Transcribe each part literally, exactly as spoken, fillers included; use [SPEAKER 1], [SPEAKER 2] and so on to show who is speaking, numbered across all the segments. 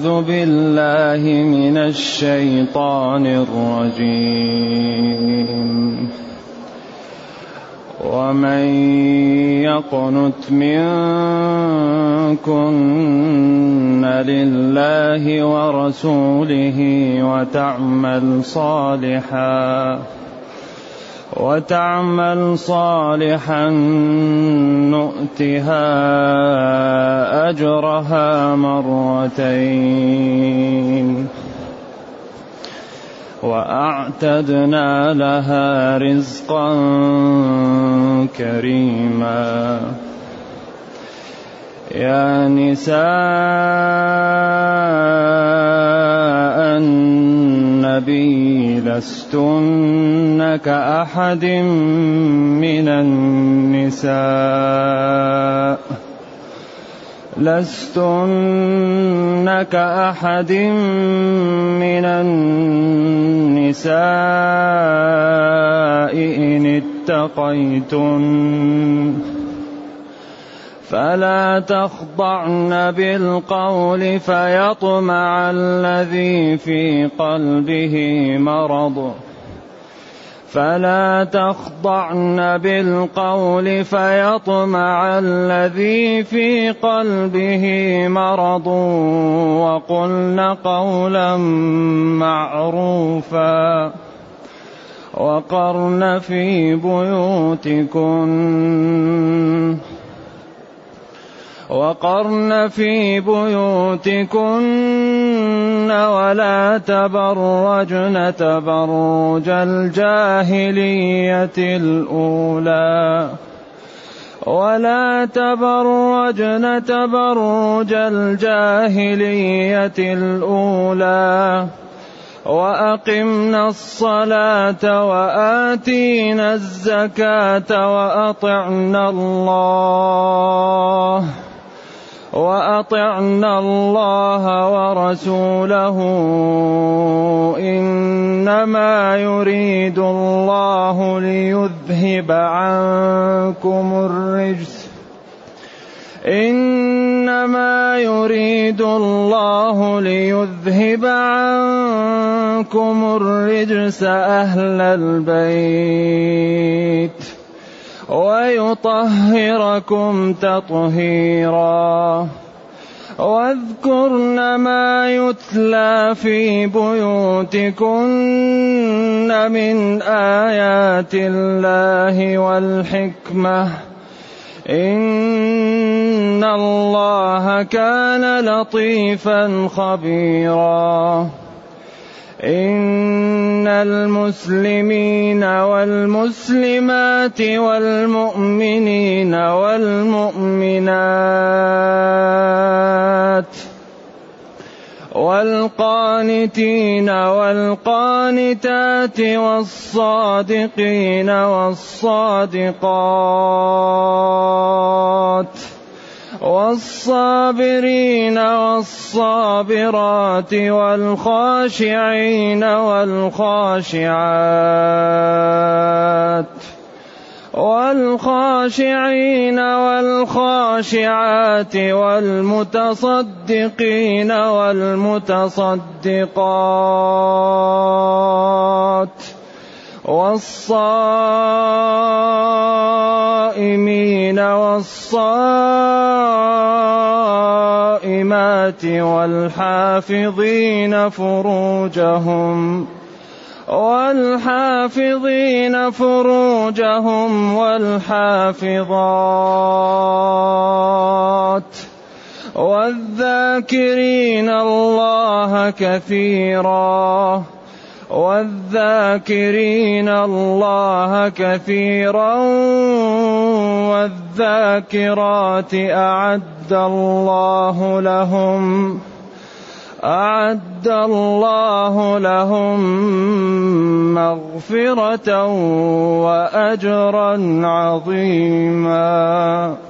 [SPEAKER 1] أعوذ بالله من الشيطان الرجيم. ومن يقنت منكن لله ورسوله وتعمل صالحا وتعمل صالحا نؤتها أجرها مرتين وأعتدنا لها رزقا كريما. يا نساء النبي لستن كأحد من النساء لستن كأحد من النساء إن اتقيتن فلا تخضعن بالقول فيطمع الذي في قلبه مرض فلا تخضعن بالقول فيطمع الذي في قلبه مرض وقلن قولا معروفا وقرن في بيوتكن وقرن في بيوتكن ولا تبرجن تبرج الجاهلية الأولى ولا تبرجن تبرج الجاهلية الأولى وأقمنا الصلاة وآتينا الزكاة وأطعنا الله وأطعنا الله ورسوله إنما يريد الله ليذهب عنكم الرجس إنما يريد الله ليذهب عنكم الرجس أهل البيت ويطهركم تطهيرا. واذكرن ما يتلى في بيوتكن من آيات الله والحكمة إن الله كان لطيفا خبيرا. إن المسلمين والمسلمات والمؤمنين والمؤمنات والقانتين والقانتات والصادقين والصادقات والصابرين والصابرات والخاشعين والخاشعات والخاشعين والخاشعات والمتصدقين والمتصدقات والصائمين والصائمات والحافظين فروجهم والحافظين فروجهم والحافظات والذاكرين الله كثيرا والذاكرين الله كثيرا والذاكرات أعد الله لهم أعد الله لهم مغفرة وأجرا عظيما.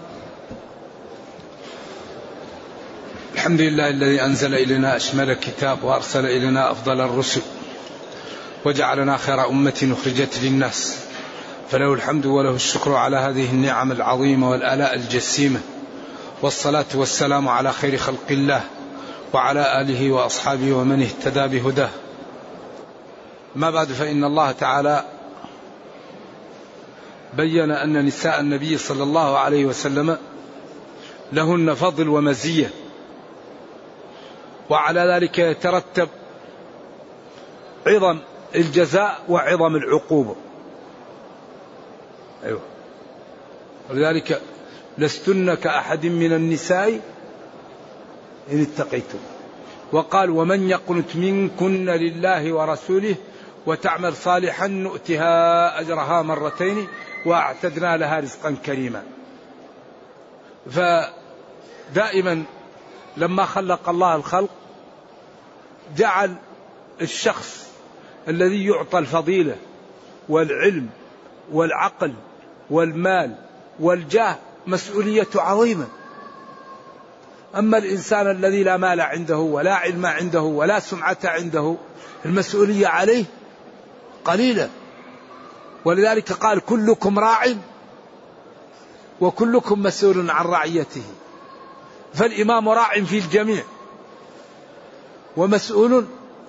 [SPEAKER 2] الحمد لله الذي أنزل إلينا أشمل الكتاب وأرسل إلينا أفضل الرسل وجعلنا خير أمة أخرجت للناس، فله الحمد وله الشكر على هذه النعم العظيمة والآلاء الجسيمة، والصلاة والسلام على خير خلق الله وعلى آله وأصحابه ومن اهتدى بهداه. ما بعد، فإن الله تعالى بين أن نساء النبي صلى الله عليه وسلم لهن فضل ومزية، وعلى ذلك يترتب عظم الجزاء وعظم العقوبة. أيوة. ولذلك لستن كأحد من النساء إن اتقيتم. وقال: ومن يقنت منكن لله ورسوله وتعمل صالحا نؤتها أجرها مرتين وأعتدنا لها رزقا كريما. فدائما لما خلق الله الخلق جعل الشخص الذي يعطى الفضيلة والعلم والعقل والمال والجاه مسؤوليته عظيمة. أما الإنسان الذي لا مال عنده ولا علم عنده ولا سمعة عنده المسؤولية عليه قليلة. ولذلك قال: كلكم راع وكلكم مسؤول عن رعيته. فالإمام راع في الجميع ومسؤول،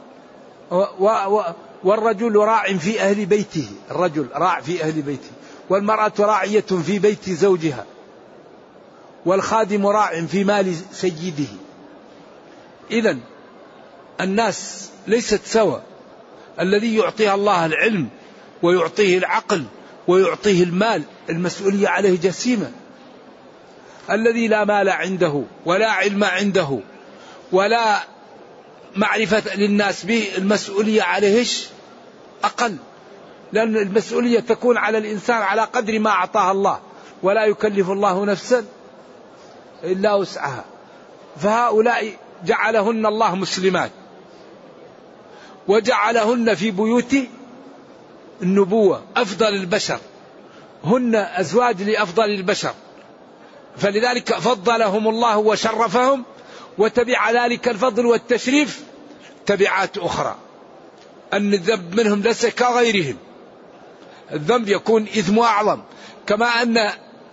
[SPEAKER 2] والرجل راع في أهل بيته، الرجل راع في أهل بيته، والمرأة راعية في بيت زوجها، والخادم راع في مال سيده. إذن الناس ليست سوى. الذي يعطيها الله العلم ويعطيه العقل ويعطيه المال المسؤولية عليه جسيمة. الذي لا مال عنده ولا علم عنده ولا معرفة للناس به المسؤولية عليه أقل، لأن المسؤولية تكون على الإنسان على قدر ما أعطاها الله، ولا يكلف الله نفسا إلا وسعها. فهؤلاء جعلهن الله مسلمات وجعلهن في بيوت النبوة أفضل البشر، هن أزواج لأفضل البشر، فلذلك فضلهم الله وشرفهم، وتبع ذلك الفضل والتشريف تبعات أخرى. أن الذنب منهم ليس كغيرهم، الذنب يكون إثمه أعظم، كما أن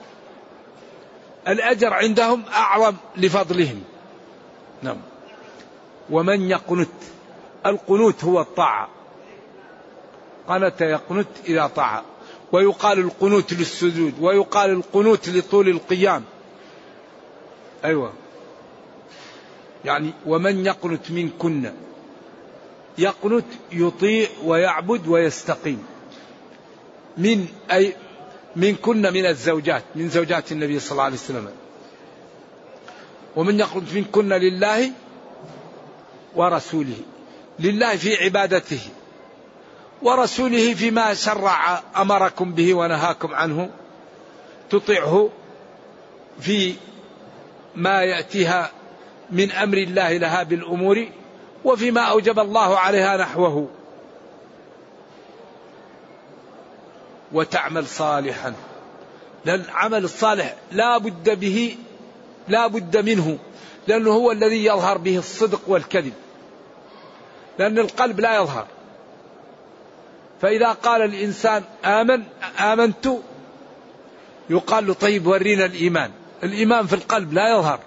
[SPEAKER 2] الأجر عندهم أعظم لفضلهم. نعم. ومن يقنت، القنوت هو الطاعة، قنت يقنت إذا طاعة، ويقال القنوت للسجود، ويقال القنوت لطول القيام. أيوة، يعني ومن يقنت منكن، يقنت يطيع ويعبد ويستقيم، من أي من كن من الزوجات، من زوجات النبي صلى الله عليه وسلم. ومن يقنت منكن لله ورسوله، لله في عبادته، ورسوله فيما شرع أمركم به ونهاكم عنه، تطيعه في ما يأتيها من أمر الله لها بالأمور، وفيما أوجب الله عليها نحوه. وتعمل صالحا، لأن العمل الصالح لا بد به، لا بد منه، لأنه هو الذي يظهر به الصدق والكذب، لأن القلب لا يظهر. فإذا قال الإنسان آمن آمنت، يقال له طيب ورينا الإيمان، الإيمان في القلب لا يظهر.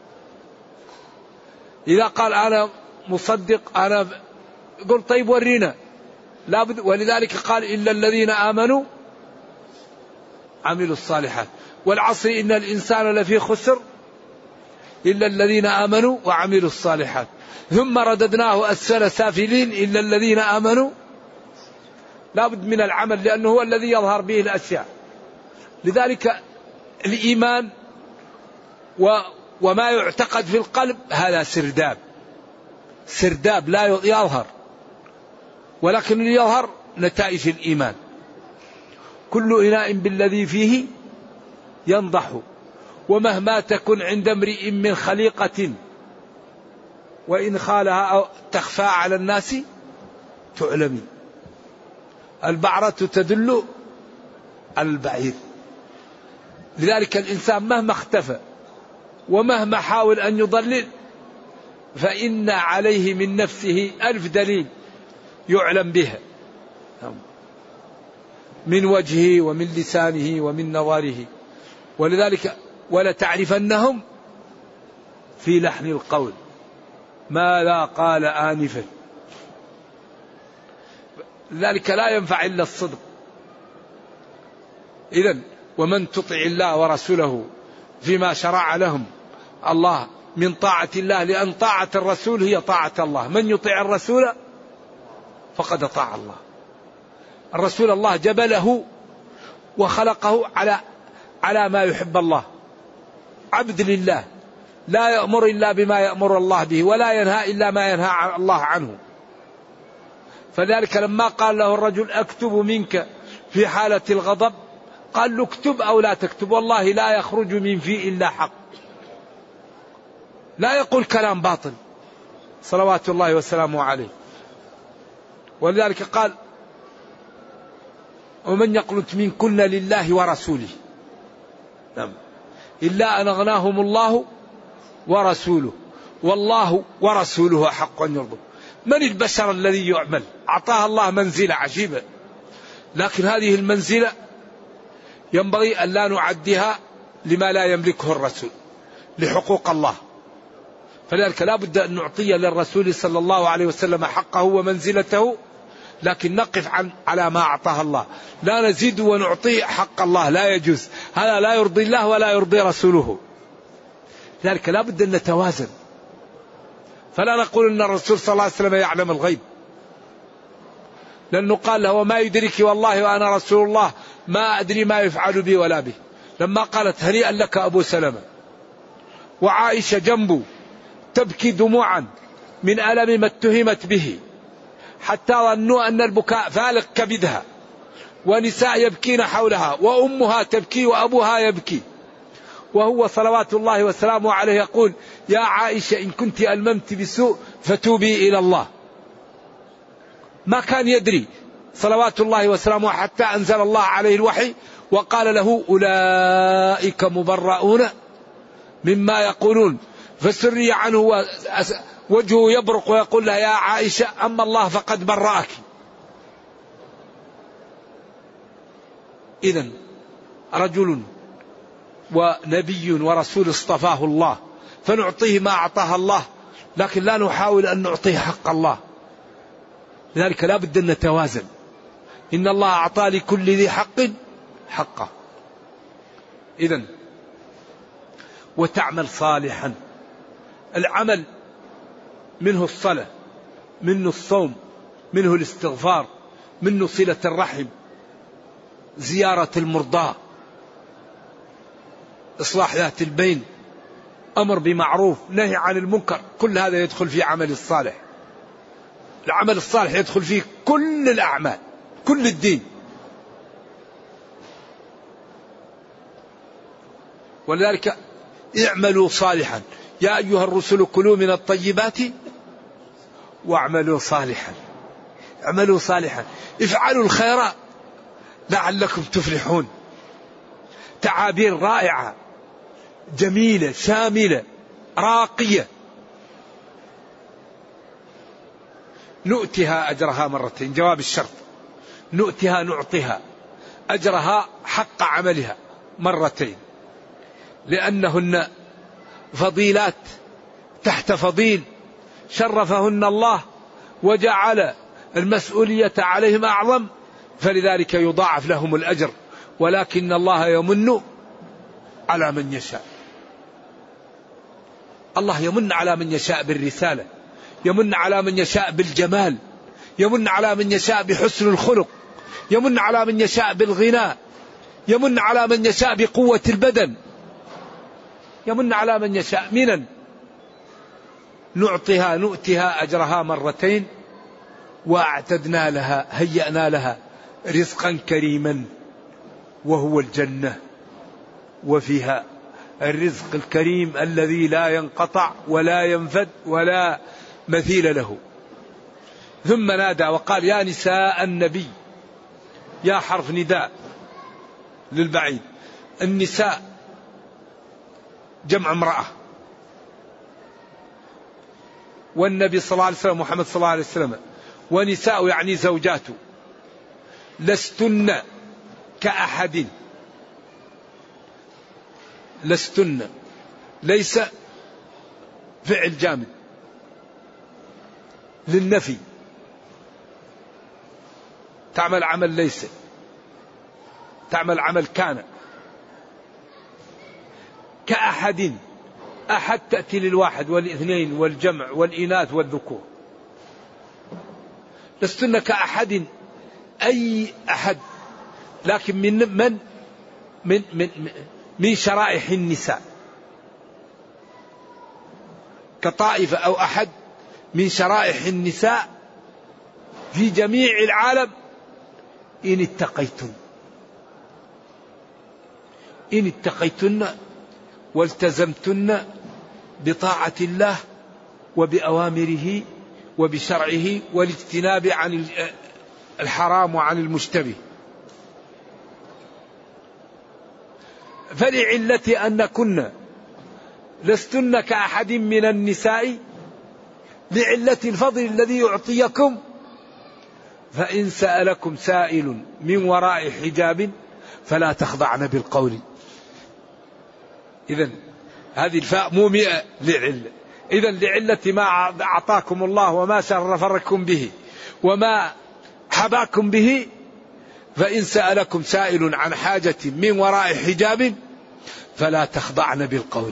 [SPEAKER 2] إذا قال أنا مصدق أنا قل طيب ورينا، لا بد. ولذلك قال إلا الذين آمنوا عملوا الصالحات، والعصر إن الإنسان لفي خسر إلا الذين آمنوا وعملوا الصالحات، ثم رددناه أسفل سافلين إلا الذين آمنوا. لا بد من العمل، لأنه هو الذي يظهر به الأشياء. لذلك الإيمان و وما يعتقد في القلب هذا سرداب، سرداب لا يظهر، ولكن اللي يظهر نتائج الإيمان. كل إناء بالذي فيه ينضح، ومهما تكن عند امرئ من خليقة وإن خالها أو تخفى على الناس تعلمي. البعرة تدل على البعير. لذلك الإنسان مهما اختفى ومهما حاول أن يضلل فإن عليه من نفسه ألف دليل يعلم بها، من وجهه ومن لسانه ومن نظره. ولذلك ولتعرفنهم في لحن القول. ماذا قال آنفا. ذلك لا ينفع إلا الصدق. إذن ومن تطع الله ورسوله فيما شرع لهم الله من طاعة الله، لأن طاعة الرسول هي طاعة الله، من يطيع الرسول فقد أطاع الله. الرسول الله جبله وخلقه على على ما يحب الله، عبد لله لا يأمر إلا بما يأمر الله به، ولا ينهى إلا ما ينهى الله عنه. فذلك لما قال له الرجل أكتب منك في حالة الغضب، قال له اكتب أو لا تكتب، والله لا يخرج من فيه إلا حق، لا يقول كلام باطل صلوات الله وسلامه عليه. ولذلك قال ومن يقنت منكن لله ورسوله نعم إلا أن أغناهم الله ورسوله والله ورسوله حق أن يرضوا. من البشر الذي يعمل؟ أعطاها الله منزلة عجيبة، لكن هذه المنزلة ينبغي أن لا نعديها لما لا يملكه الرسول، لحقوق الله. فلذلك لا بد أن نعطي للرسول صلى الله عليه وسلم حقه ومنزلته، لكن نقف عن على ما أعطاه الله، لا نزيد ونعطيه حق الله، لا يجوز، هذا لا يرضي الله ولا يرضي رسوله. لذلك لا بد أن نتوازن، فلا نقول أن الرسول صلى الله عليه وسلم يعلم الغيب، لأنه قال له وما يدرك والله وأنا رسول الله ما أدري ما يفعل بي ولا به. لما قالت هنيئا لك أبو سلمة وعائشة جنبه تبكي دموعا من ألم ما اتهمت به، حتى ظنوا أن البكاء فالق كبدها، ونساء يبكين حولها، وأمها تبكي وأبوها يبكي، وهو صلوات الله وسلامه عليه يقول يا عائشة إن كنت ألممت بسوء فتوبي إلى الله. ما كان يدري صلوات الله وسلامه حتى أنزل الله عليه الوحي وقال له أولئك مبرؤون مما يقولون، فسري عنه وجهه يبرق ويقول لها يا عائشة أما الله فقد برأك. إذن رجل ونبي ورسول اصطفاه الله فنعطيه ما أعطاه الله، لكن لا نحاول أن نعطيه حق الله. لذلك لا بد أن نتوازن. إن الله أعطى لكل ذي حق حقه. إذن وتعمل صالحا، العمل منه الصلاة، منه الصوم، منه الاستغفار، منه صلة الرحم، زيارة المرضى، إصلاح ذات البين، أمر بمعروف، نهي عن المنكر، كل هذا يدخل في عمل الصالح. العمل الصالح يدخل فيه كل الأعمال، كل الدين. ولذلك اعملوا صالحا يا أيها الرسل كلوا من الطيبات واعملوا صالحا. اعملوا صالحا، افعلوا الخير لعلكم تفلحون. تعابير رائعة جميلة شاملة راقية، نؤتها أجرها مرتين، جواب الشرط، نؤتها نعطيها أجرها حق عملها مرتين، لأنهن فضيلات تحت فضيل شرفهن الله وجعل المسؤولية عليهم أعظم، فلذلك يضاعف لهم الأجر. ولكن الله يمن على من يشاء، الله يمن على من يشاء بالرسالة، يمن على من يشاء بالجمال، يمن على من يشاء بحسن الخلق، يمن على من يشاء بالغناء، يمن على من يشاء بقوة البدن، يمن على من يشاء منا. نعطيها نؤتها أجرها مرتين، وأعتدنا لها هيأنا لها رزقا كريما وهو الجنة، وفيها الرزق الكريم الذي لا ينقطع ولا ينفد ولا مثيل له. ثم نادى وقال يا نساء النبي، يا حرف نداء للبعيد، النساء جمع امرأة، والنبي صلى الله عليه وسلم محمد صلى الله عليه وسلم ونساء يعني زوجاته، لستن كأحد، لستن ليس فعل جامد، للنفي، تعمل عمل ليس، تعمل عمل كان. كأحد، أحد تأتي للواحد والاثنين والجمع والإناث والذكور. لستن كأحد أي أحد، لكن من من من من, من شرائح النساء، كطائفة أو أحد من شرائح النساء في جميع العالم إن اتقيتن، إن اتقيتن والتزمتن بطاعة الله وبأوامره وبشرعه والاجتناب عن الحرام وعن المشتبه. فلعلة أنكن لستن كأحد من النساء، لعلة الفضل الذي يعطيكم، فإن سألكم سائل من وراء حجاب فلا تخضعن بالقول. إذن هذه الفاء مو مئة لعلة. إذن لعلة ما أعطاكم الله وما شرفكم به وما حباكم به، فإن سألكم سائل عن حاجة من وراء حجاب فلا تخضعن بالقول.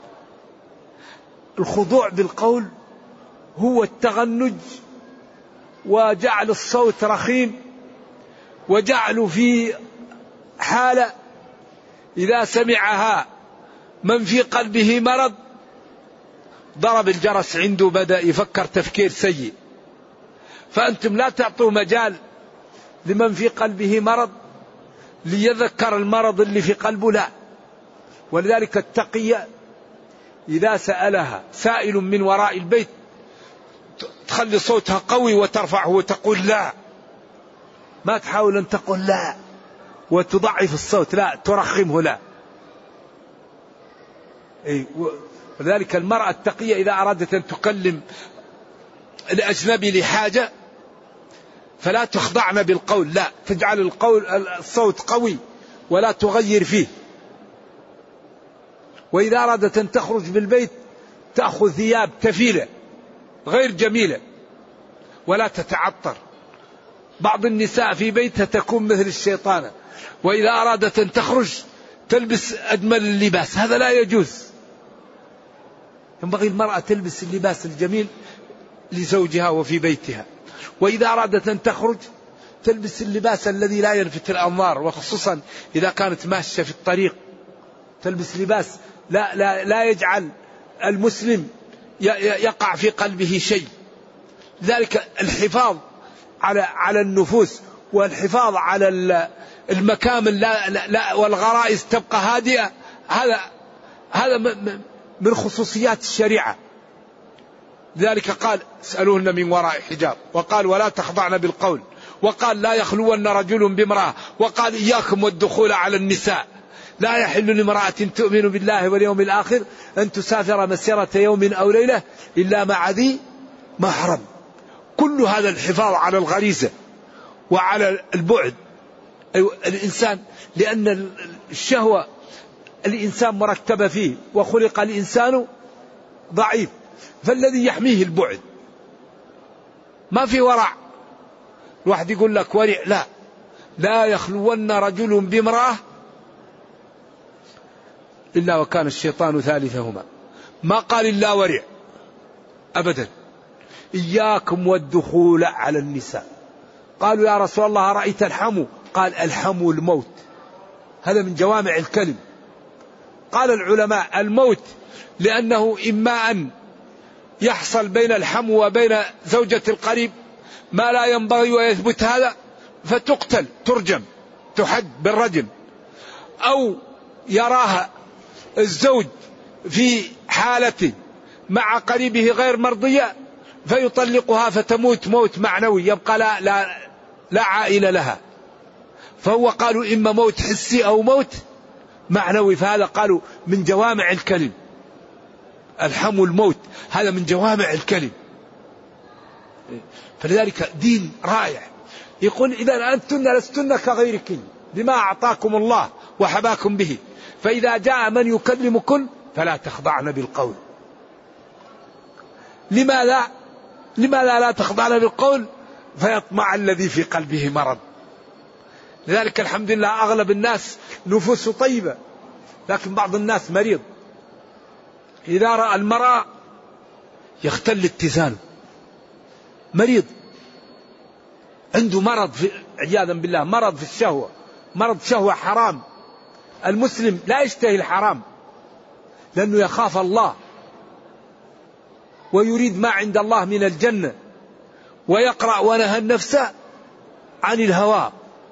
[SPEAKER 2] الخضوع بالقول هو التغنج وجعل الصوت رخيم، وجعل في حالة إذا سمعها من في قلبه مرض ضرب الجرس عنده، بدأ يفكر تفكير سيء. فأنتم لا تعطوا مجال لمن في قلبه مرض ليذكر المرض اللي في قلبه، لا. ولذلك التقية إذا سألها سائل من وراء البيت تخلي صوتها قوي وترفعه وتقول لا، ما تحاول أن تقول لا وتضعف الصوت، لا ترخمه، لا. ولذلك المرأة التقية إذا أرادت أن تكلم الأجنبي لحاجة فلا تخضعن بالقول، لا، تجعل القول الصوت قوي ولا تغير فيه. وإذا أرادت أن تخرج بالبيت تأخذ ثياب تفيلة غير جميلة ولا تتعطر. بعض النساء في بيتها تكون مثل الشيطانة، وإذا أرادت أن تخرج تلبس أجمل اللباس، هذا لا يجوز. ينبغي المرأة تلبس اللباس الجميل لزوجها وفي بيتها، وإذا أرادت أن تخرج تلبس اللباس الذي لا يلفت الأنظار، وخصوصا إذا كانت ماشية في الطريق تلبس لباس لا, لا, لا يجعل المسلم يقع في قلبه شيء. ذلك الحفاظ على على النفوس والحفاظ على المكامن لا لا والغرائز تبقى هادئة، هذا هذا من خصوصيات الشريعة. لذلك قال اسألوهن من وراء حجاب، وقال ولا تخضعن بالقول، وقال لا يخلون رجل بامرأة، وقال إياكم والدخول على النساء، لا يحل لامرأة تؤمن بالله واليوم الآخر أن تسافر مسيرة يوم أو ليلة إلا مع ذي محرم. كل هذا الحفاظ على الغريزة وعلى البعد. أيوة الإنسان، لأن الشهوة الإنسان مركب فيه، وخلق الإنسان ضعيف، فالذي يحميه البعد. ما في ورع. الواحد يقول لك ورع، لا، لا يخلون رجل بامرأة إلا وكان الشيطان ثالثهما. ما قال إلا ورع أبدا. إياكم والدخول على النساء. قالوا يا رسول الله رأيت الحمو؟ قال الحمو الموت. هذا من جوامع الكلم. قال العلماء الموت لأنه إما أن يحصل بين الحمو وبين زوجة القريب ما لا ينبغي ويثبت هذا فتقتل ترجم تحد بالرجم، أو يراها الزوج في حالة مع قريبه غير مرضية فيطلقها فتموت موت معنوي يبقى لا, لا, لا عائلة لها. فهو قالوا إما موت حسي أو موت معنوي، فهذا قالوا من جوامع الكلم. الحمو الموت هذا من جوامع الكلم. فلذلك دين رائع. يقول إذا أنتن لستن كغيركن بما أعطاكم الله وحباكم به، فإذا جاء من يكلمكن فلا تخضعن بالقول. لماذا؟
[SPEAKER 3] لماذا لا تخضعن بالقول فيطمع الذي في قلبه مرض. لذلك الحمد لله أغلب الناس نفوس طيبة، لكن بعض الناس مريض، إذا رأى المرأة يختل اتزانه، مريض عنده مرض في عياذا بالله، مرض في الشهوة، مرض شهوة حرام. المسلم لا يشتهي الحرام لأنه يخاف الله ويريد ما عند الله من الجنة، ويقرأ ونهى النفس عن الهوى،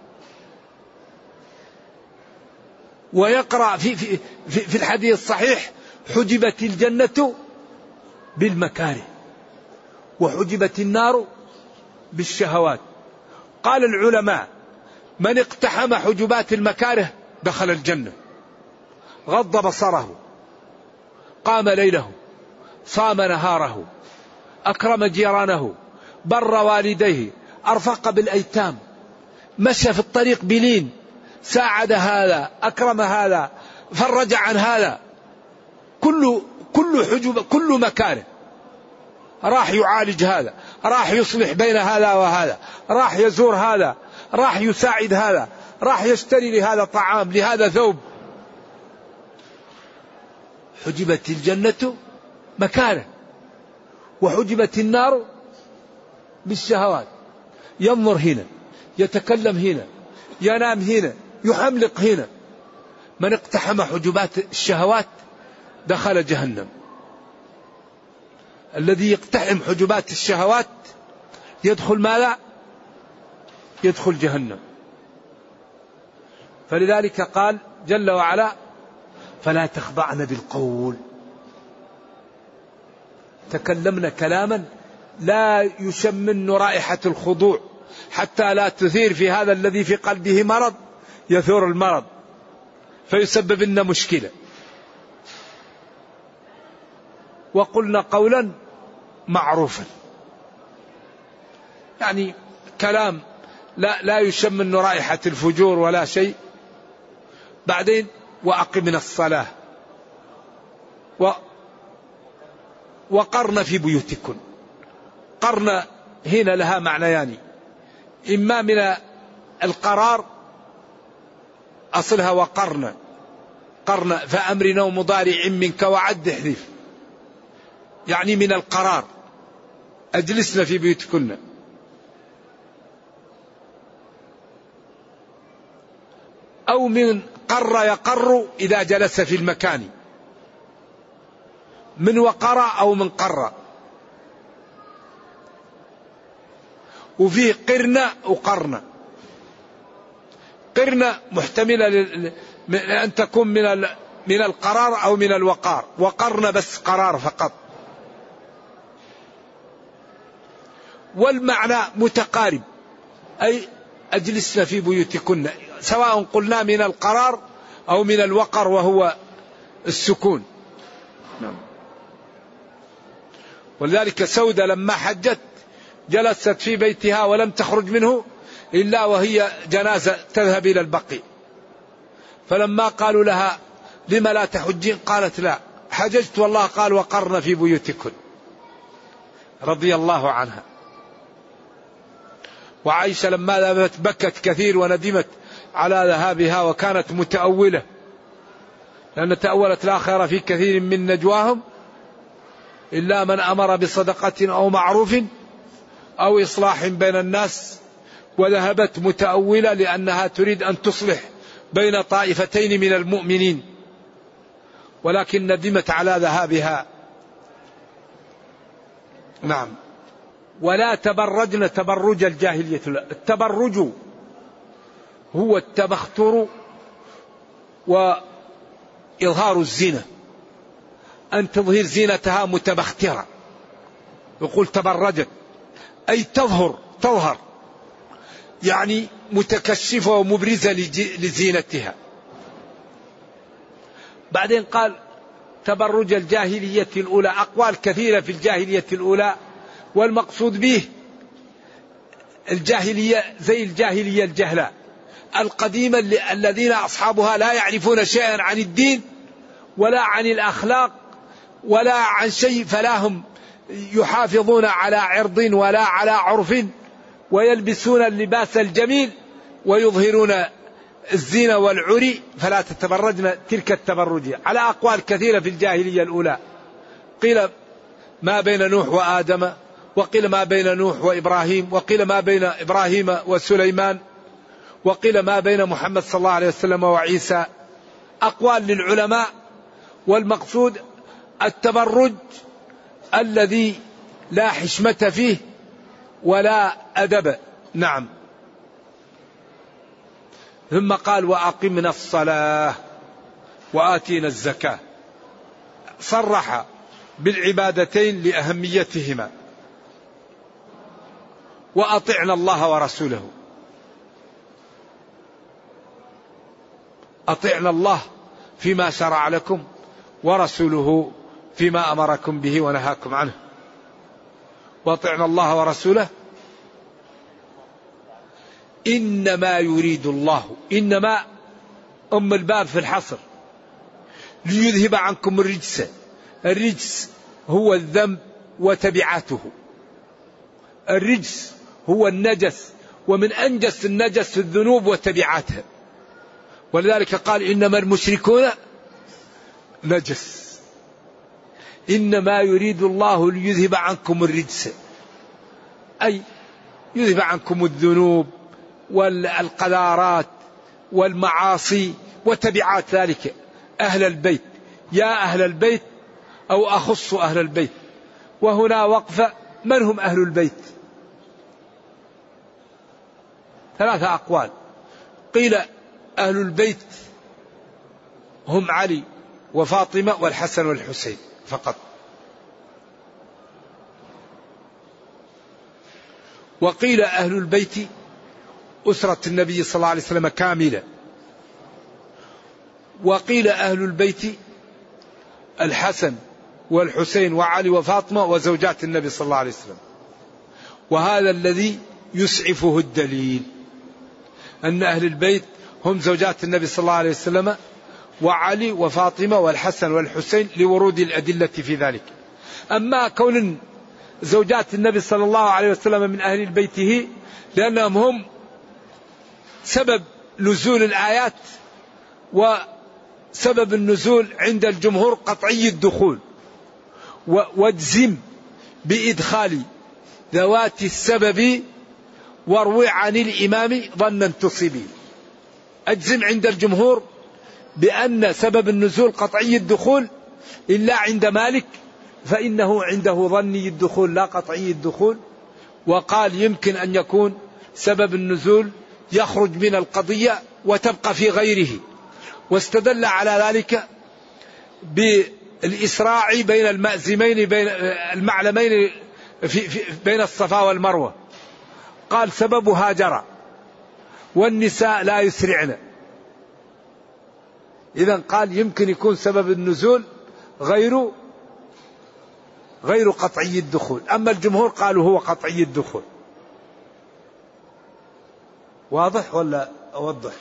[SPEAKER 3] ويقرأ في, في, في, في الحديث الصحيح حجبت الجنة بالمكاره وحجبت النار بالشهوات. قال العلماء من اقتحم حجبات المكاره دخل الجنة، غض بصره، قام ليله، صام نهاره، أكرم جيرانه، بر والديه، أرفق بالأيتام، مشى في الطريق بلين، ساعد هذا، أكرم هذا، فرج عن هذا، كل كل حجب، كل مكاره، راح يعالج هذا، راح يصلح بين هذا وهذا، راح يزور هذا، راح يساعد هذا، راح يشتري لهذا طعام، لهذا ثوب. حجبت الجنة مكانه وحجبت النار بالشهوات. ينظر هنا، يتكلم هنا، ينام هنا، يحملق هنا. من اقتحم حجبات الشهوات دخل جهنم. الذي يقتحم حجبات الشهوات يدخل ماذا؟ يدخل جهنم. فلذلك قال جل وعلا فلا تخضعن بالقول. تكلمنا كلاما لا يشمن رائحة الخضوع، حتى لا تثير في هذا الذي في قلبه مرض يثور المرض فيسبب لنا مشكلة. وقلنا قولا معروفا، يعني كلام لا لا يشمن رائحة الفجور ولا شيء. بعدين وأقمنا الصلاة و وقرن في بيوتكن. قرن هنا لها معنيان، إما من القرار، أصلها وقرن، قرن فأمرنا ومضارع منك وعد احذف، يعني من القرار، أجلسنا في بيوتكن. أو من قر يقر إذا جلس في المكان، من وقر أو من قر. وفيه قرن وقرن. قرن محتملة أن تكون من من القرار أو من الوقار، وقرن بس قرار فقط. والمعنى متقارب، أي أجلسنا في بيوتكن، سواء قلنا من القرار أو من الوقر وهو السكون. نعم. ولذلك سودة لما حجت جلست في بيتها ولم تخرج منه إلا وهي جنازة تذهب إلى البقيع. فلما قالوا لها لما لا تحجين قالت لا حججت والله قال وقرن في بيوتكن، رضي الله عنها. وعائشة لما ذهبت بكت كثير وندمت على ذهابها، وكانت متأولة، لأن تأولت لا خير في كثير من نجواهم إلا من أمر بصدقة أو معروف أو إصلاح بين الناس. وذهبت متأولة لأنها تريد أن تصلح بين طائفتين من المؤمنين، ولكن ندمت على ذهابها. نعم. ولا تبرجن تبرج الجاهلية. التبرج هو التبختر وإظهار الزينة، أن تظهر زينتها متبخترة، يقول تبرجت أي تظهر تظهر يعني متكشفة ومبرزة لزينتها. بعدين قال تبرج الجاهلية الأولى. أقوال كثيرة في الجاهلية الأولى، والمقصود به الجاهلية زي الجاهلية الجهلاء القديمة الذين أصحابها لا يعرفون شيئا عن الدين ولا عن الأخلاق ولا عن شيء، فلا هم يحافظون على عرض ولا على عرف ويلبسون اللباس الجميل ويظهرون الزينة والعري فلا تتبرجن تلك التبرج، على أقوال كثيرة في الجاهلية الأولى. قيل ما بين نوح وآدم، وقيل ما بين نوح وإبراهيم، وقيل ما بين إبراهيم وسليمان، وقيل ما بين محمد صلى الله عليه وسلم وعيسى. أقوال للعلماء، والمقصود التبرج الذي لا حشمة فيه ولا أدب. نعم. ثم قال وأقمنا الصلاة وآتينا الزكاة، صرح بالعبادتين لأهميتهما. وأطعنا الله ورسوله، أطعنا الله فيما شرع لكم ورسوله فيما أمركم به ونهاكم عنه. وأطعنا الله ورسوله. إنما يريد الله، إنما أم الباب في الحصر، ليذهب عنكم الرجس. الرجس هو الذنب وتبعاته. الرجس هو النجس، ومن أنجس النجس الذنوب وتبعاتها. ولذلك قال إنما المشركون نجس. إنما يريد الله ليذهب عنكم الرجس، أي يذهب عنكم الذنوب والقذارات والمعاصي وتبعات ذلك. أهل البيت، يا أهل البيت، أو أخص أهل البيت. وهنا وقفة، من هم أهل البيت؟ ثلاثة أقوال. قيل أهل البيت هم علي وفاطمة والحسن والحسين فقط. وقيل أهل البيت أسرة النبي صلى الله عليه وسلم كاملة. وقيل أهل البيت الحسن والحسين وعلي وفاطمة وزوجات النبي صلى الله عليه وسلم. وهذا الذي يسعفه الدليل، أن أهل البيت هم زوجات النبي صلى الله عليه وسلم وعلي وفاطمة والحسن والحسين لورود الأدلة في ذلك. أما كون زوجات النبي صلى الله عليه وسلم من أهل بيته لأنهم هم سبب نزول الآيات، وسبب النزول عند الجمهور قطعي الدخول. واجزم بإدخال ذوات السبب واروي عن الإمام ظنا تصبي. أجزم عند الجمهور بأن سبب النزول قطعي الدخول، إلا عند مالك فإنه عنده ظني الدخول لا قطعي الدخول. وقال يمكن أن يكون سبب النزول يخرج من القضية وتبقى في غيره، واستدل على ذلك بالإسراع بين المأزمين بين المعلمين في في بين الصفا والمروة. قال سبب هاجر والنساء لا يسرعن. إذن قال يمكن يكون سبب النزول غير غير قطعي الدخول. أما الجمهور قالوا هو قطعي الدخول. واضح ولا أوضح؟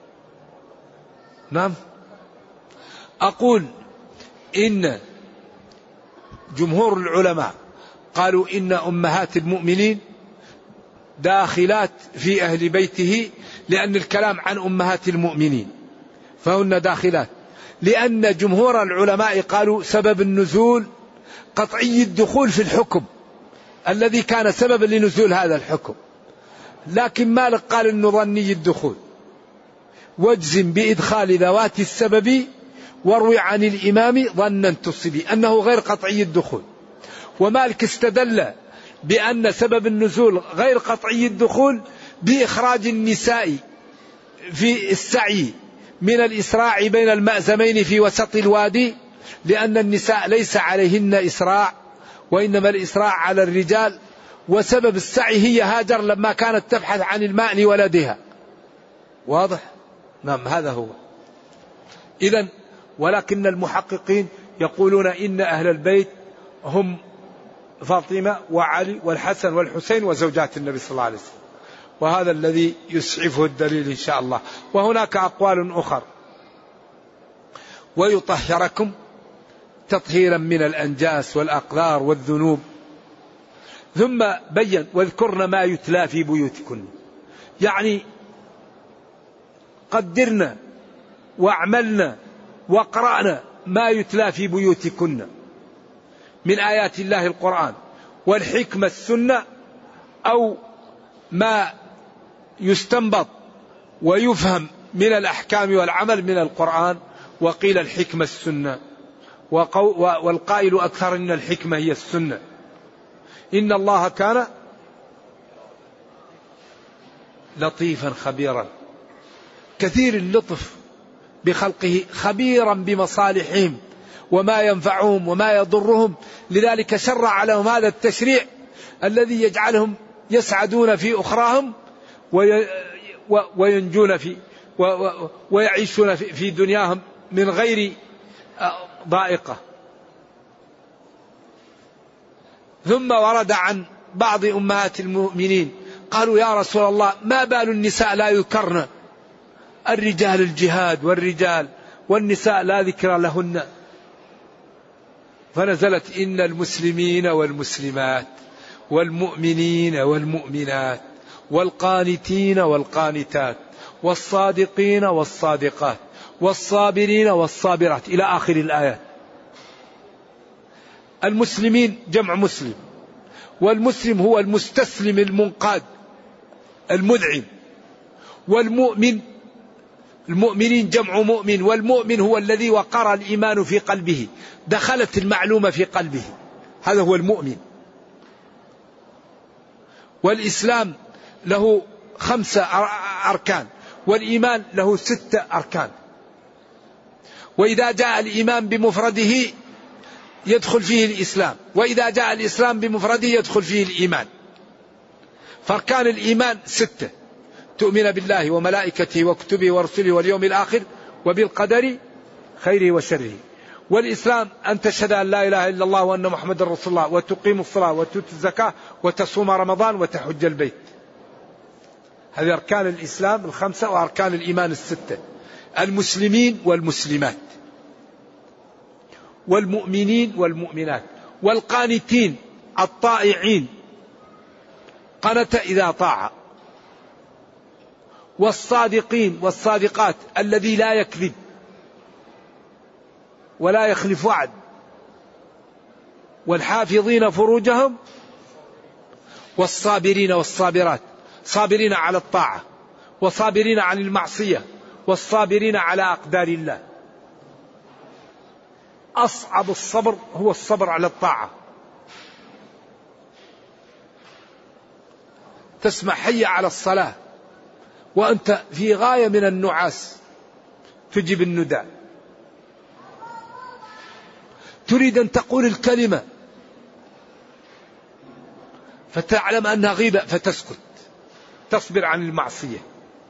[SPEAKER 3] نعم. أقول إن جمهور العلماء قالوا إن أمهات المؤمنين داخلات في أهل بيته، لأن الكلام عن أمهات المؤمنين فهن داخلات. لأن جمهور العلماء قالوا سبب النزول قطعي الدخول في الحكم الذي كان سببا لنزول هذا الحكم، لكن مالك قال إنه ظني الدخول. واجزم بإدخال ذوات السبب واروي عن الإمام ظنا تصبي، أنه غير قطعي الدخول. ومالك استدل بأن سبب النزول غير قطعي الدخول بإخراج النساء في السعي من الإسراع بين المأزمين في وسط الوادي، لأن النساء ليس عليهن إسراع وإنما الإسراع على الرجال. وسبب السعي هي هاجر لما كانت تبحث عن الماء لولدها. واضح؟ نعم هذا هو. إذن ولكن المحققين يقولون إن أهل البيت هم فاطمة وعلي والحسن والحسين وزوجات النبي صلى الله عليه وسلم، وهذا الذي يسعفه الدليل إن شاء الله. وهناك أقوال أخرى. ويطهركم تطهيرا من الأنجاس والأقذار والذنوب ثم بين واذكرن ما يتلى في بيوتكن، يعني قدرنا واعملنا واقرأنا ما يتلى في بيوتكن من آيات الله القرآن، والحكمة السنة أو ما يستنبط ويفهم من الأحكام والعمل من القرآن. وقيل الحكمة السنة، والقائل أكثر إن الحكمة هي السنة. إن الله كان لطيفا خبيرا، كثير اللطف بخلقه، خبيرا بمصالحهم وما ينفعهم وما يضرهم، لذلك شرع لهم هذا التشريع الذي يجعلهم يسعدون في أخراهم وينجون في ويعيشون في دنياهم من غير ضائقة. ثم ورد عن بعض أمهات المؤمنين قالوا يا رسول الله ما بال النساء لا يذكرن، الرجال الجهاد والرجال والنساء لا ذكر لهن، فنزلت إن المسلمين والمسلمات والمؤمنين والمؤمنات والقانتين والقانتات والصادقين والصادقات والصابرين والصابرات إلى آخر الآيات. المسلمين جمع مسلم، والمسلم هو المستسلم المنقاد المذعن، والمؤمن المؤمنين جمع مؤمن، والمؤمن هو الذي وقر الإيمان في قلبه، دخلت المعلومة في قلبه، هذا هو المؤمن. والإسلام له خمسة أركان، والإيمان له ستة أركان. وإذا جاء الإيمان بمفرده يدخل فيه الإسلام، وإذا جاء الإسلام بمفرده يدخل فيه الإيمان. فأركان الإيمان ستة: تؤمن بالله وملائكته وكتبه ورسله واليوم الآخر وبالقدر خيره وشره. والإسلام أن تشهد أن لا إله إلا الله وأن محمد رسول الله، وتقيم الصلاة وتؤتي الزكاة وتصوم رمضان وتحج البيت. هذه أركان الإسلام الخمسة وأركان الإيمان الستة. المسلمين والمسلمات والمؤمنين والمؤمنات والقانتين الطائعين، قنت إذا طاع، والصادقين والصادقات الذي لا يكذب ولا يخلف وعد، والحافظين فروجهم، والصابرين والصابرات، صابرين على الطاعة وصابرين عن المعصية والصابرين على أقدار الله. أصعب الصبر هو الصبر على الطاعة. تسمع حي على الصلاة وأنت في غاية من النعاس تجيب النداء، تريد أن تقول الكلمة فتعلم أنها غيبة فتسكت، تصبر عن المعصية.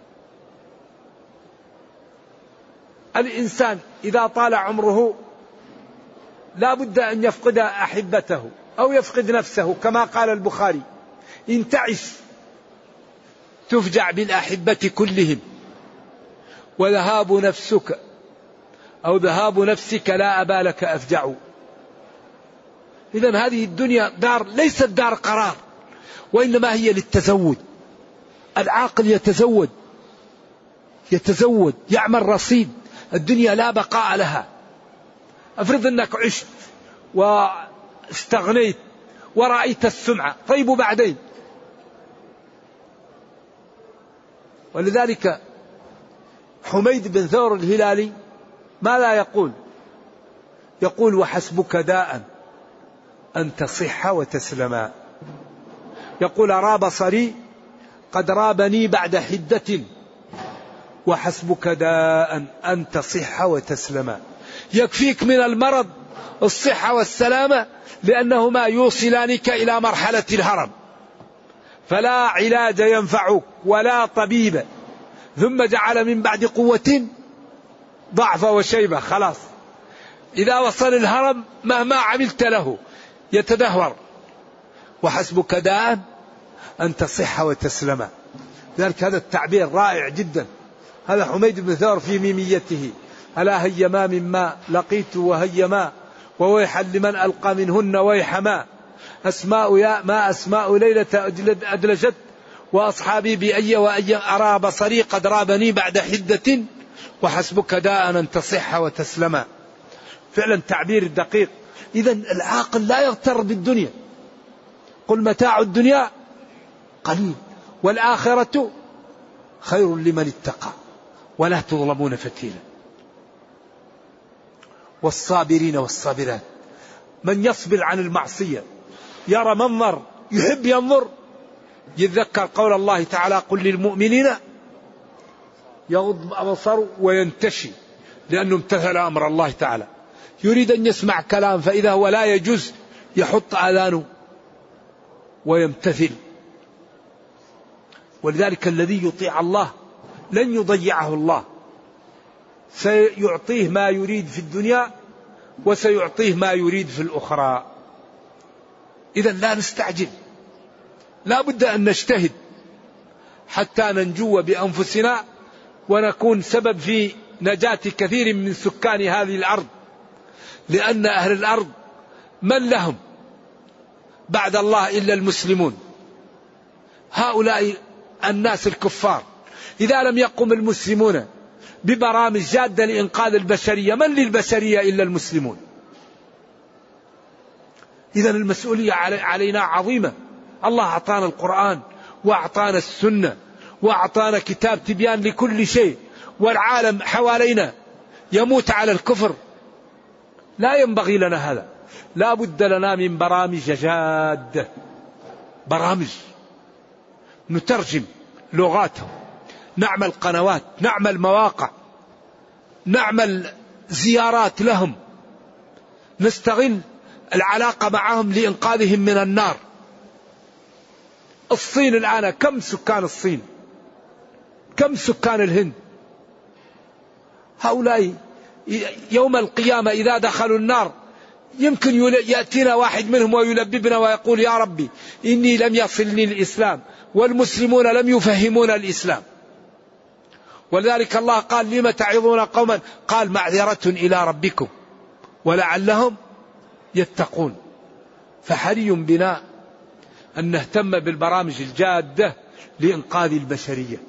[SPEAKER 3] الإنسان إذا طال عمره لا بد أن يفقد أحبته أو يفقد نفسه، كما قال البخاري: إن تعش تفجع بالأحبة كلهم، وذهاب نفسك أو ذهاب نفسك لا أبا لك أفجع. إذن هذه الدنيا دار ليست دار قرار، وإنما هي للتزود. العاقل يتزود يتزود يعمل رصيد. الدنيا لا بقاء لها. افرض أنك عشت واستغنيت ورأيت السمعة، طيب وبعدين؟ ولذلك حميد بن ثور الهلالي ماذا يقول؟ يقول: وحسبك داء أن تصح وتسلما. يقول: أرى بصري قد رابني بعد حدة، وحسبك داء أن تصح وتسلما. يكفيك من المرض الصحة والسلامة، لأنهما يوصلانك إلى مرحلة الهرم، فلا علاج ينفعك ولا طبيب. ثم جعل من بعد قوة ضعف وشيبة. خلاص إذا وصل الهرم مهما عملت له يتدهور. وحسبك داء أن تصح وتسلم. ذلك هذا التعبير رائع جدا. هذا حميد بن ثور في ميميته: ألا هيما مما لقيت وهيما، وويحا لمن ألقى منهن ويحما، أسماء يا ما أسماء ليلة أدلجت وأصحابي بأي وأي أرى بصري قد رابني بعد حدة وحسبك داء أن تصح وتسلما. فعلا تعبير دقيق. إذا العاقل لا يغتر بالدنيا. قل متاع الدنيا قليل والآخرة خير لمن اتقى ولا تظلمون فتيلا. والصابرين والصابرات، من يصبر عن المعصية يرى منظر يحب ينظر يتذكر قول الله تعالى قل للمؤمنين يغض أبصر وينتشي، لأنه امتثل أمر الله تعالى. يريد أن يسمع كلام فإذا هو لا يجوز يحط آذانه ويمتثل. ولذلك الذي يطيع الله لن يضيعه الله، سيعطيه ما يريد في الدنيا وسيعطيه ما يريد في الأخرى. إذا لا نستعجل، لا بد أن نجتهد حتى ننجو بأنفسنا ونكون سبب في نجاة كثير من سكان هذه الأرض، لأن أهل الأرض من لهم بعد الله إلا المسلمون. هؤلاء الناس الكفار إذا لم يقم المسلمون ببرامج جادة لإنقاذ البشرية، من للبشرية إلا المسلمون. إذا المسؤولية علينا عظيمة. الله أعطانا القرآن وأعطانا السنة وأعطانا كتاب تبيان لكل شيء، والعالم حوالينا يموت على الكفر. لا ينبغي لنا هذا. لا بد لنا من برامج جادة، برامج نترجم لغاتهم، نعمل قنوات، نعمل مواقع، نعمل زيارات لهم، نستغل العلاقة معهم لإنقاذهم من النار. الصين الآن كم سكان الصين؟ كم سكان الهند؟ هؤلاء يوم القيامة إذا دخلوا النار يمكن يأتينا واحد منهم ويلببنا ويقول يا ربي إني لم يصلني الإسلام والمسلمون لم يفهمون الإسلام. ولذلك الله قال لم تعظون قوما، قال معذرة إلى ربكم ولعلهم يتقون. فحري بنا أن نهتم بالبرامج الجادة لإنقاذ البشرية،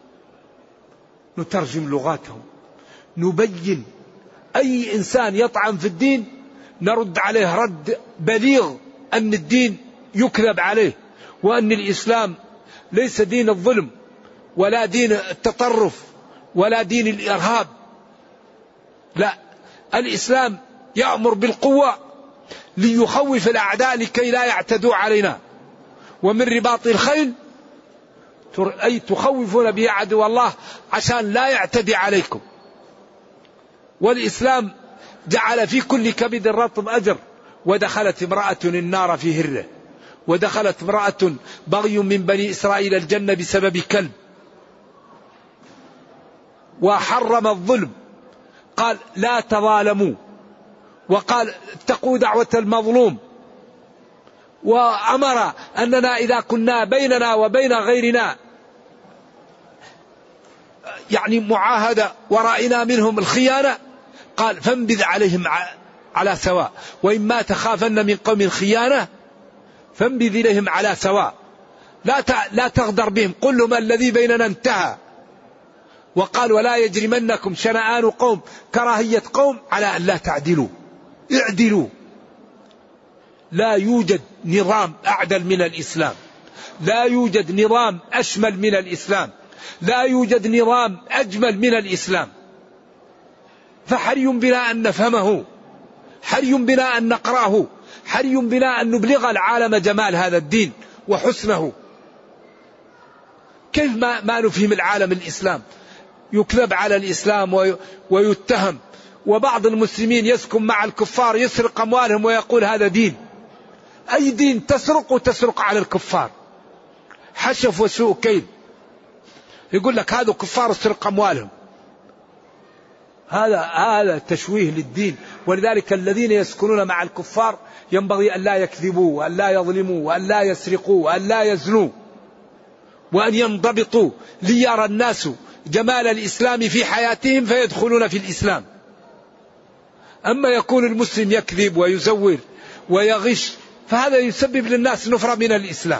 [SPEAKER 3] نترجم لغاتهم، نبين أي إنسان يطعن في الدين نرد عليه رد بليغ أن الدين يكذب عليه، وأن الإسلام ليس دين الظلم ولا دين التطرف ولا دين الإرهاب. لا، الإسلام يأمر بالقوة ليخوف الأعداء لكي لا يعتدوا علينا. ومن رباط الخيل أي تخوفون به عدو الله عشان لا يعتدي عليكم. والإسلام جعل في كل كبد رطب أجر. ودخلت امرأة النار في هرة، ودخلت امرأة بغي من بني إسرائيل الجنة بسبب كلب. وحرم الظلم، قال لا تظالموا، وقال اتقوا دعوة المظلوم. وأمر أننا إذا كنا بيننا وبين غيرنا يعني معاهدة ورأينا منهم الخيانة قال فانبذ عليهم على سواء، وإما تخافن من قوم خيانة فانبذ إليهم على سواء، لا لا تغدر بهم، قل لهم الذي بيننا انتهى. وقال ولا يجرمنكم شنآن قوم كراهية قوم على أن لا تعدلوا، اعدلوا. لا يوجد نظام أعدل من الإسلام، لا يوجد نظام أشمل من الإسلام، لا يوجد نظام أجمل من الإسلام. فحري بنا أن نفهمه، حري بنا أن نقرأه، حري بنا أن نبلغ العالم جمال هذا الدين وحسنه. كيف ما, ما نفهم العالم الإسلام؟ يكذب على الإسلام ويتهم، وبعض المسلمين يسكن مع الكفار يسرق أموالهم ويقول هذا دين. أي دين؟ تسرق وتسرق على الكفار، حشف وسوء كيد. يقول لك هذا كفار اسرق أموالهم، هذا هذا تشويه للدين. ولذلك الذين يسكنون مع الكفار ينبغي أن لا يكذبوا وأن لا يظلموا وأن لا يسرقوا وأن لا يزنوا وأن ينضبطوا ليرى الناس جمال الإسلام في حياتهم فيدخلون في الإسلام. أما يكون المسلم يكذب ويزور ويغش فهذا يسبب للناس نفرة من الإسلام.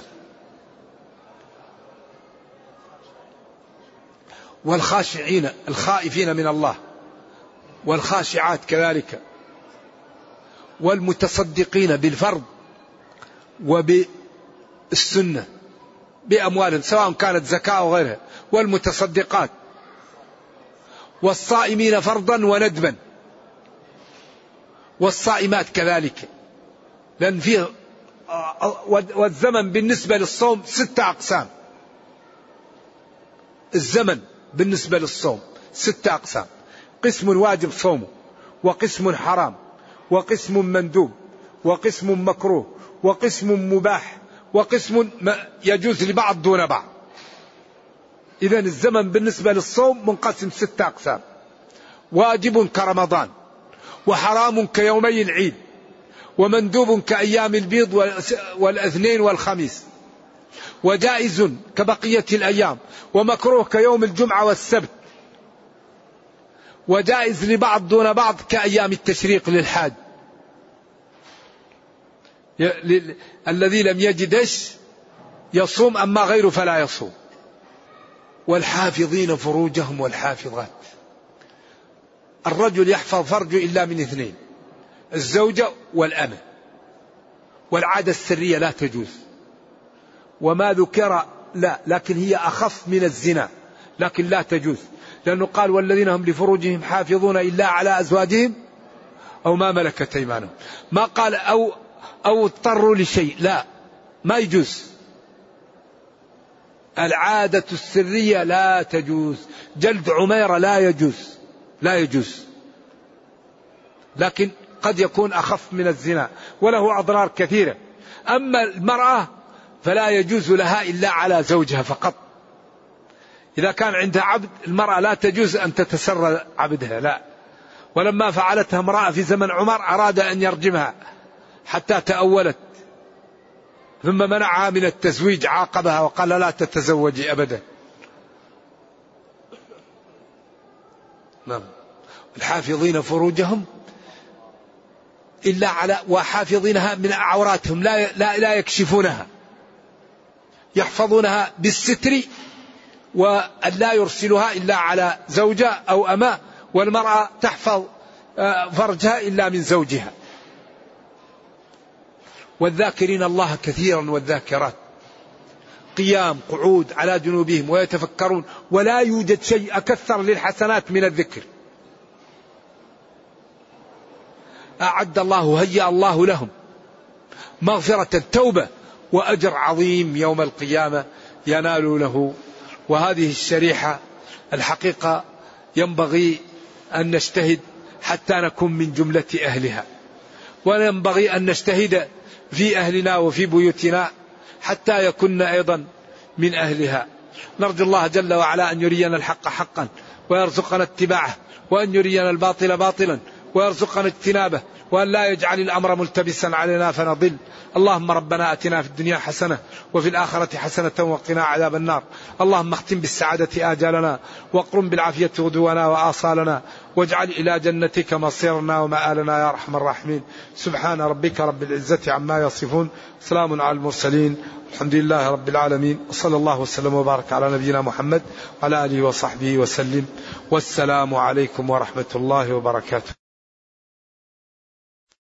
[SPEAKER 3] والخاشعين الخائفين من الله والخاشعات كذلك، والمتصدقين بالفرض وبالسنة بأموالهم سواء كانت زكاة أو غيرها، والمتصدقات، والصائمين فرضا وندبا، والصائمات كذلك، لأن فيه والزمن بالنسبة للصوم ستة أقسام. الزمن بالنسبة للصوم ستة أقسام: قسم واجب صومه، وقسم حرام، وقسم مندوب، وقسم مكروه، وقسم مباح، وقسم يجوز لبعض دون بعض. إذن الزمن بالنسبة للصوم منقسم ستة أقسام: واجب كرمضان، وحرام كيومي العيد، ومندوب كأيام البيض والاثنين والخميس، وجائز كبقية الأيام، ومكروه كيوم الجمعة والسبت، وجائز لبعض دون بعض كأيام التشريق للحاج. الذي لم يجدش يصوم، أما غيره فلا يصوم. والحافظين فروجهم والحافظات، الرجل يحفظ فرجه إلا من اثنين: الزوجة والأمة. والعادة السرية لا تجوز، وما ذكر لا، لكن هي أخف من الزنا، لكن لا تجوز، لأنه قال: والذين هم لفروجهم حافظون إلا على أزواجهم أو ما ملكت أيمانهم. ما قال أو أو اضطروا لشيء، لا، ما يجوز. العادة السرية لا تجوز، جلد عميرة لا يجوز، لا يجوز، لكن قد يكون أخف من الزنا وله أضرار كثيرة. أما المرأة فلا يجوز لها إلا على زوجها فقط. إذا كان عندها عبد، المرأة لا تجوز أن تتسرى عبدها، لا. ولما فعلتها امرأة في زمن عمر أراد أن يرجمها حتى تأولت، ثم منعها من التزويج، عاقبها وقال: لا تتزوجي أبدا. نعم. الحافظين فروجهم إلا على وحافظينها من عوراتهم، لا لا لا يكشفونها، يحفظونها بالستر، وأن لا يرسلها إلا على زوجة أو أمة. والمرأة تحفظ فرجها إلا من زوجها. والذاكرين الله كثيرا والذاكرات، قيام قعود على جنوبهم ويتفكرون، ولا يوجد شيء أكثر للحسنات من الذكر. أعد الله هيأ الله لهم مغفرة توبة وأجر عظيم يوم القيامة ينال له. وهذه الشريحة الحقيقة ينبغي أن نجتهد حتى نكون من جملة أهلها، وينبغي أن نجتهد في أهلنا وفي بيوتنا حتى يكون أيضا من أهلها. نرجو الله جل وعلا أن يرينا الحق حقا ويرزقنا اتباعه، وأن يرينا الباطل باطلا ويرزقنا اجتنابه، وأن لا يجعل الأمر ملتبسا علينا فنضل. اللهم ربنا أتنا في الدنيا حسنة وفي الآخرة حسنة وقنا عذاب النار. اللهم اختم بالسعادة آجالنا، واقرم بالعافية غدونا وآصالنا، واجعل إلى جنتك مصيرنا ومآلنا يا أرحم الراحمين. سبحان ربك رب العزة عما يصفون، سلام على المرسلين، الحمد لله رب العالمين، وصلى الله وسلم وبارك على نبينا محمد وعلى آله وصحبه وسلم، والسلام عليكم ورحمة الله وبركاته.